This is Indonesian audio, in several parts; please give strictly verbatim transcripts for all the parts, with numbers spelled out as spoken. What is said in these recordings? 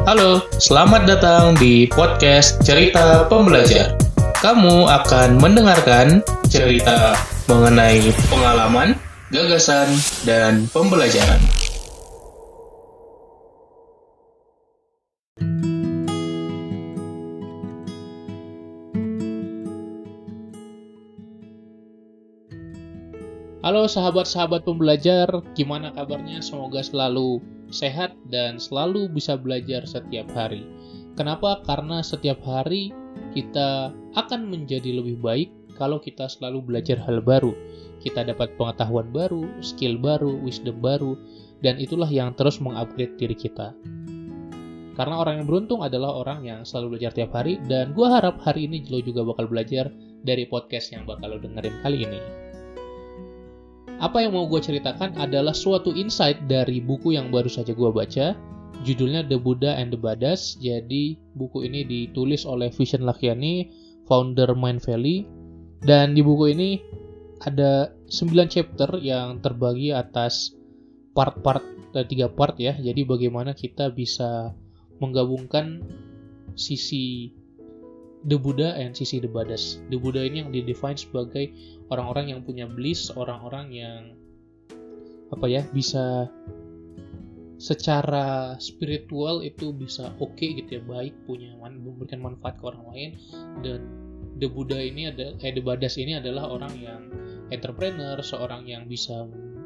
Halo, selamat datang di podcast Cerita Pembelajar. Kamu akan mendengarkan cerita mengenai pengalaman, gagasan, dan pembelajaran. Halo sahabat-sahabat pembelajar, gimana kabarnya? Semoga selalu sehat dan selalu bisa belajar setiap hari. Kenapa? Karena setiap hari kita akan menjadi lebih baik kalau kita selalu belajar hal baru. Kita dapat pengetahuan baru, skill baru, wisdom baru, dan itulah yang terus mengupgrade diri kita. Karena orang yang beruntung adalah orang yang selalu belajar tiap hari, dan gue harap hari ini lo juga bakal belajar dari podcast yang bakal lo dengerin kali ini. Apa yang mau gue ceritakan adalah suatu insight dari buku yang baru saja gue baca. Judulnya The Buddha and the Buddhas. Jadi buku ini ditulis oleh Vishen Lakhiani, founder Mindvalley. Dan di buku ini ada sembilan chapter yang terbagi atas part-part, tiga part ya. Jadi bagaimana kita bisa menggabungkan sisi The Buddha and sisi The Buddhas. The Buddha ini yang didefine sebagai orang-orang yang punya bliss, orang-orang yang apa ya bisa secara spiritual itu bisa oke okay, gitu ya, baik, punya memberikan manfaat ke orang lain. Dan The Buddha ini ada, eh, The Buddhas ini adalah orang yang entrepreneur, seorang yang bisa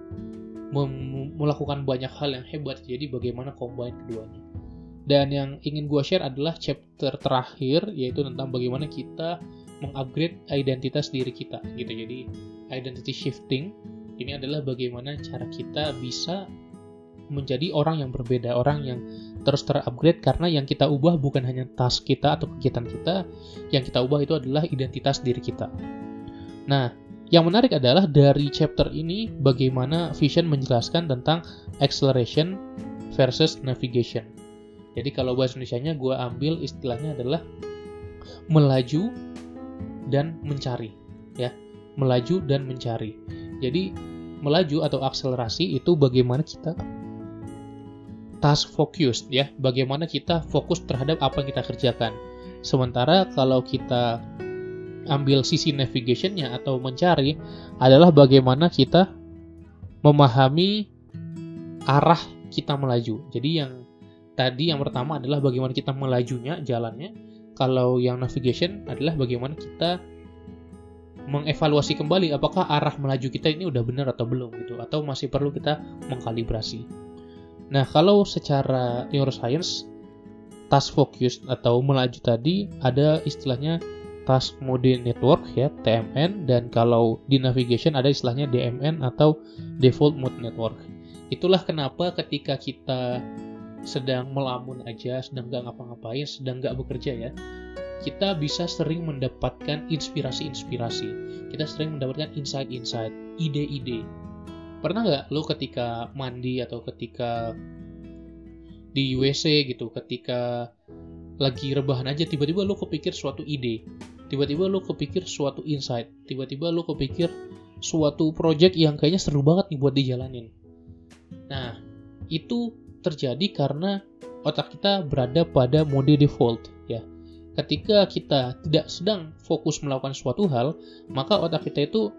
mem- melakukan banyak hal yang hebat. Jadi bagaimana combine keduanya. Dan yang ingin gue share adalah chapter terakhir, yaitu tentang bagaimana kita mengupgrade identitas diri kita gitu. Jadi identity shifting ini adalah bagaimana cara kita bisa menjadi orang yang berbeda, orang yang terus terupgrade, karena yang kita ubah bukan hanya task kita atau kegiatan kita, yang kita ubah itu adalah identitas diri kita. Nah, yang menarik adalah dari chapter ini bagaimana Vishen menjelaskan tentang acceleration versus navigation. Jadi kalau bahasa Indonesianya gue ambil istilahnya adalah melaju dan mencari, ya, melaju dan mencari. Jadi melaju atau akselerasi itu bagaimana kita task focused, ya, bagaimana kita fokus terhadap apa yang kita kerjakan. Sementara kalau kita ambil sisi navigationnya atau mencari adalah bagaimana kita memahami arah kita melaju. Jadi yang tadi yang pertama adalah bagaimana kita melajunya, jalannya. Kalau yang navigation adalah bagaimana kita mengevaluasi kembali apakah arah melaju kita ini udah benar atau belum gitu, atau masih perlu kita mengkalibrasi. Nah, kalau secara neuroscience, task focus atau melaju tadi ada istilahnya task mode network ya, T M N, dan kalau di navigation ada istilahnya D M N atau default mode network. Itulah kenapa ketika kita sedang melamun aja, sedang gak ngapa-ngapain, sedang gak bekerja ya, kita bisa sering mendapatkan inspirasi-inspirasi, kita sering mendapatkan insight-insight, ide-ide. Pernah gak lo ketika mandi atau ketika di W C gitu, ketika lagi rebahan aja, tiba-tiba lo kepikir suatu ide, tiba-tiba lo kepikir suatu insight, tiba-tiba lo kepikir suatu project yang kayaknya seru banget nih buat dijalanin. Nah, itu terjadi karena otak kita berada pada mode default ya. Ketika kita tidak sedang fokus melakukan suatu hal, maka otak kita itu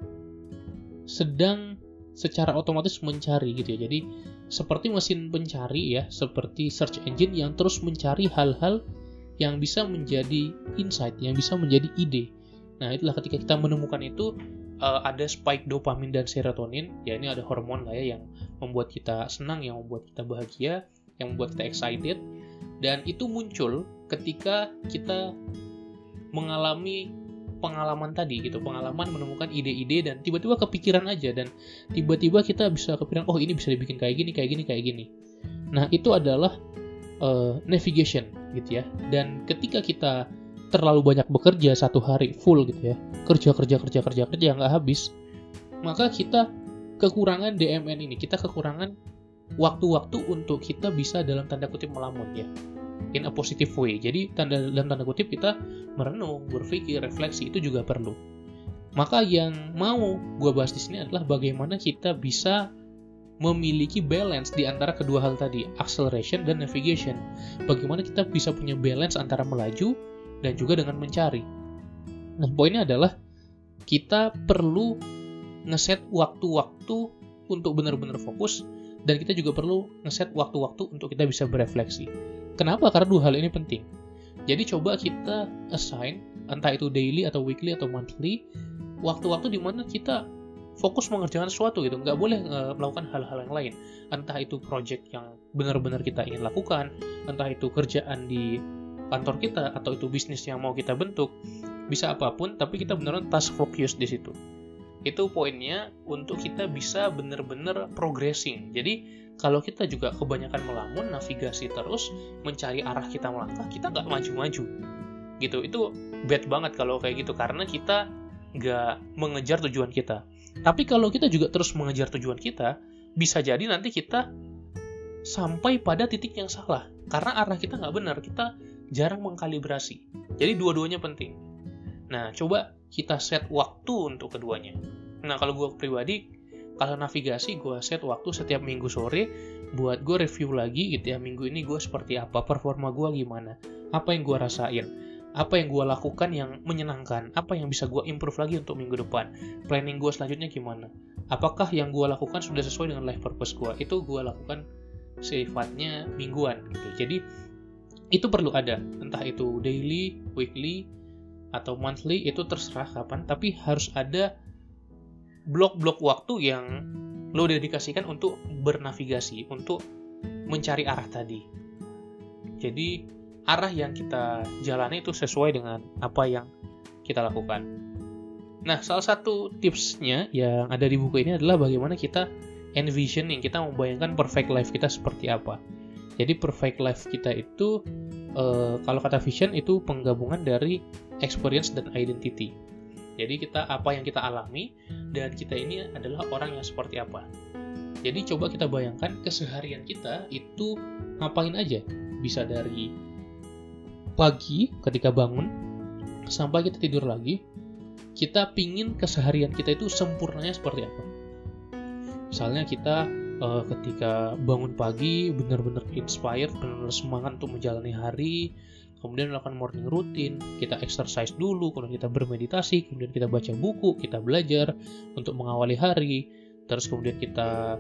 sedang secara otomatis mencari gitu ya. Jadi seperti mesin pencari ya, seperti search engine yang terus mencari hal-hal yang bisa menjadi insight, yang bisa menjadi ide. Nah, itulah ketika kita menemukan itu, uh, ada spike dopamin dan serotonin, ya ini ada hormon lah ya yang membuat kita senang, yang membuat kita bahagia, yang membuat kita excited, dan itu muncul ketika kita mengalami pengalaman tadi gitu, pengalaman menemukan ide-ide dan tiba-tiba kepikiran aja, dan tiba-tiba kita bisa kepikiran, oh ini bisa dibikin kayak gini, kayak gini, kayak gini. Nah, itu adalah uh, navigation gitu ya. Dan ketika kita terlalu banyak bekerja satu hari full gitu ya, kerja kerja kerja kerja kerja nggak habis, maka kita kekurangan D M N ini, kita kekurangan waktu-waktu untuk kita bisa dalam tanda kutip melamun ya, in a positive way. Jadi tanda, dalam tanda kutip kita merenung, berpikir, refleksi itu juga perlu. Maka yang mau gue bahas di sini adalah bagaimana kita bisa memiliki balance di antara kedua hal tadi, acceleration dan navigation. Bagaimana kita bisa punya balance antara melaju dan juga dengan mencari. Nah, poinnya adalah kita perlu ngeset waktu-waktu untuk benar-benar fokus, dan kita juga perlu ngeset waktu-waktu untuk kita bisa berefleksi. Kenapa? Karena dua hal ini penting. Jadi coba kita assign, entah itu daily atau weekly atau monthly, waktu-waktu di mana kita fokus mengerjakan sesuatu gitu, nggak boleh uh, melakukan hal-hal yang lain. Entah itu project yang benar-benar kita ingin lakukan, entah itu kerjaan di kantor kita, atau itu bisnis yang mau kita bentuk, bisa apapun, tapi kita benar-benar task focus di situ. Itu poinnya untuk kita bisa benar-benar progressing. Jadi kalau kita juga kebanyakan melamun, navigasi terus, mencari arah kita melangkah, kita nggak maju-maju. Gitu, itu bad banget kalau kayak gitu, karena kita nggak mengejar tujuan kita. Tapi kalau kita juga terus mengejar tujuan kita, bisa jadi nanti kita sampai pada titik yang salah. Karena arah kita nggak benar, kita jarang mengkalibrasi. Jadi dua-duanya penting. Nah, coba kita set waktu untuk keduanya. Nah, kalau gue pribadi, kalau navigasi, gue set waktu setiap minggu sore buat gue review lagi gitu ya, minggu ini gue seperti apa, performa gue gimana, apa yang gue rasain, apa yang gue lakukan yang menyenangkan, apa yang bisa gue improve lagi untuk minggu depan, planning gue selanjutnya gimana, apakah yang gue lakukan sudah sesuai dengan life purpose gue, itu gue lakukan sifatnya mingguan gitu. Jadi itu perlu ada, entah itu daily, weekly, atau monthly, itu terserah kapan, tapi harus ada blok-blok waktu yang lo dedikasikan untuk bernavigasi, untuk mencari arah tadi. Jadi arah yang kita jalani itu sesuai dengan apa yang kita lakukan. Nah, salah satu tipsnya yang ada di buku ini adalah bagaimana kita envisioning, kita membayangkan perfect life kita seperti apa. Jadi perfect life kita itu, eh, kalau kata vision itu penggabungan dari experience dan identity. Jadi kita apa yang kita alami, dan kita ini adalah orang yang seperti apa. Jadi coba kita bayangkan keseharian kita itu ngapain aja. Bisa dari pagi ketika bangun sampai kita tidur lagi, kita pingin keseharian kita itu sempurnanya seperti apa. Misalnya kita uh, ketika bangun pagi benar-benar inspired, benar-benar semangat untuk menjalani hari, kemudian melakukan morning routine, kita exercise dulu, kemudian kita bermeditasi, kemudian kita baca buku, kita belajar untuk mengawali hari, terus kemudian kita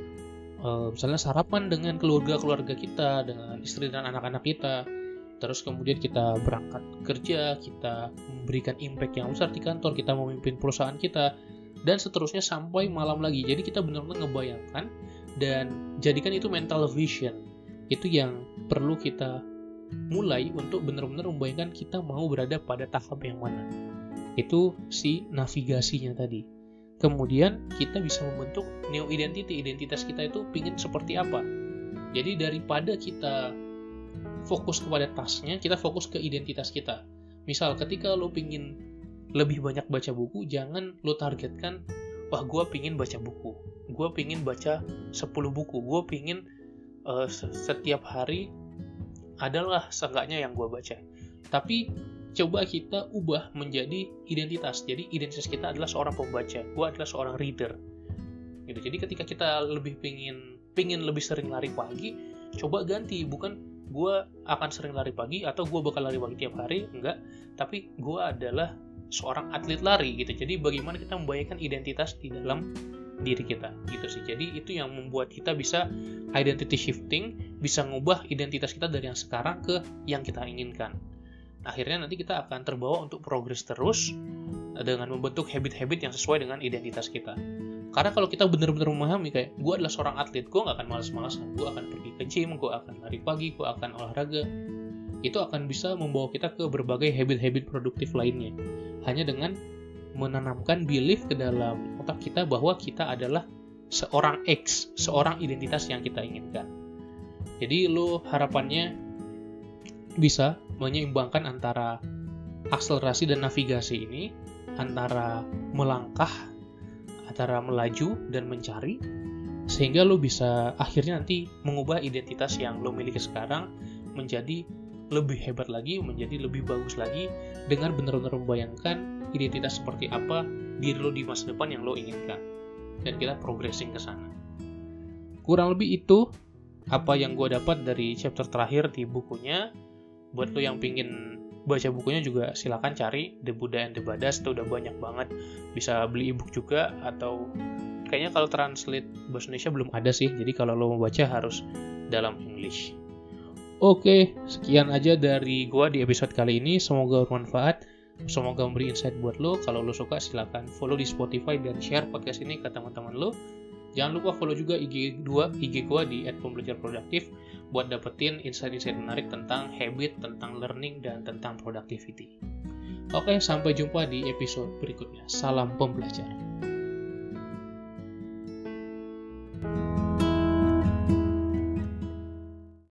uh, misalnya sarapan dengan keluarga-keluarga kita, dengan istri dan anak-anak kita, terus kemudian kita berangkat kerja, kita memberikan impact yang besar di kantor, kita memimpin perusahaan kita, dan seterusnya sampai malam lagi. Jadi kita benar-benar ngebayangkan dan jadikan itu mental vision. Itu yang perlu kita mulai untuk benar-benar membayangkan kita mau berada pada tahap yang mana. Itu si navigasinya tadi. Kemudian kita bisa membentuk new identity. Identitas kita itu pingin seperti apa. Jadi daripada kita fokus kepada tasnya, kita fokus ke identitas kita. Misal ketika lo pingin lebih banyak baca buku, jangan lo targetkan, wah gue pingin baca buku, gue pingin baca sepuluh buku, gue pingin uh, setiap hari adalah seenggaknya yang gue baca. Tapi coba kita ubah menjadi identitas. Jadi identitas kita adalah seorang pembaca, gue adalah seorang reader. Gitu. Jadi ketika kita lebih pingin pingin lebih sering lari pagi, coba ganti, bukan gue akan sering lari pagi atau gue bakal lari pagi tiap hari, enggak. Tapi gue adalah seorang atlet lari gitu. Jadi bagaimana kita membayangkan identitas di dalam diri kita gitu sih. Jadi itu yang membuat kita bisa identity shifting, bisa ngubah identitas kita dari yang sekarang ke yang kita inginkan. Akhirnya nanti kita akan terbawa untuk progress terus dengan membentuk habit-habit yang sesuai dengan identitas kita. Karena kalau kita benar-benar memahami kayak gue adalah seorang atlet, gue gak akan malas-malasan, gue akan pergi ke gym, gue akan lari pagi, gue akan olahraga, itu akan bisa membawa kita ke berbagai habit-habit produktif lainnya. Hanya dengan menanamkan belief ke dalam otak kita bahwa kita adalah seorang X, seorang identitas yang kita inginkan. Jadi lo harapannya bisa menyeimbangkan antara akselerasi dan navigasi ini, antara melangkah, antara melaju dan mencari, sehingga lo bisa akhirnya nanti mengubah identitas yang lo miliki sekarang menjadi lebih hebat lagi, menjadi lebih bagus lagi, dengan benar-benar membayangkan identitas seperti apa diri lo di masa depan yang lo inginkan, dan kita progressing ke sana. kurang lebih itu apa yang gue dapat dari chapter terakhir di bukunya. Buat lo yang pingin baca bukunya juga silakan cari The Buddha and the Badas, itu udah banyak banget, bisa beli ebook juga, atau kayaknya kalau translate bahasa Indonesia belum ada sih, jadi kalau lo mau baca harus dalam English. Oke, sekian aja dari gua di episode kali ini, semoga bermanfaat, semoga memberi insight buat lo. Kalau lo suka silakan follow di Spotify dan share podcast ini ke teman-teman lo. Jangan lupa follow juga I G dua I G gua di et pembelajar produktif buat dapetin insight-insight menarik tentang habit, tentang learning, dan tentang productivity. Oke, sampai jumpa di episode berikutnya. Salam pembelajar.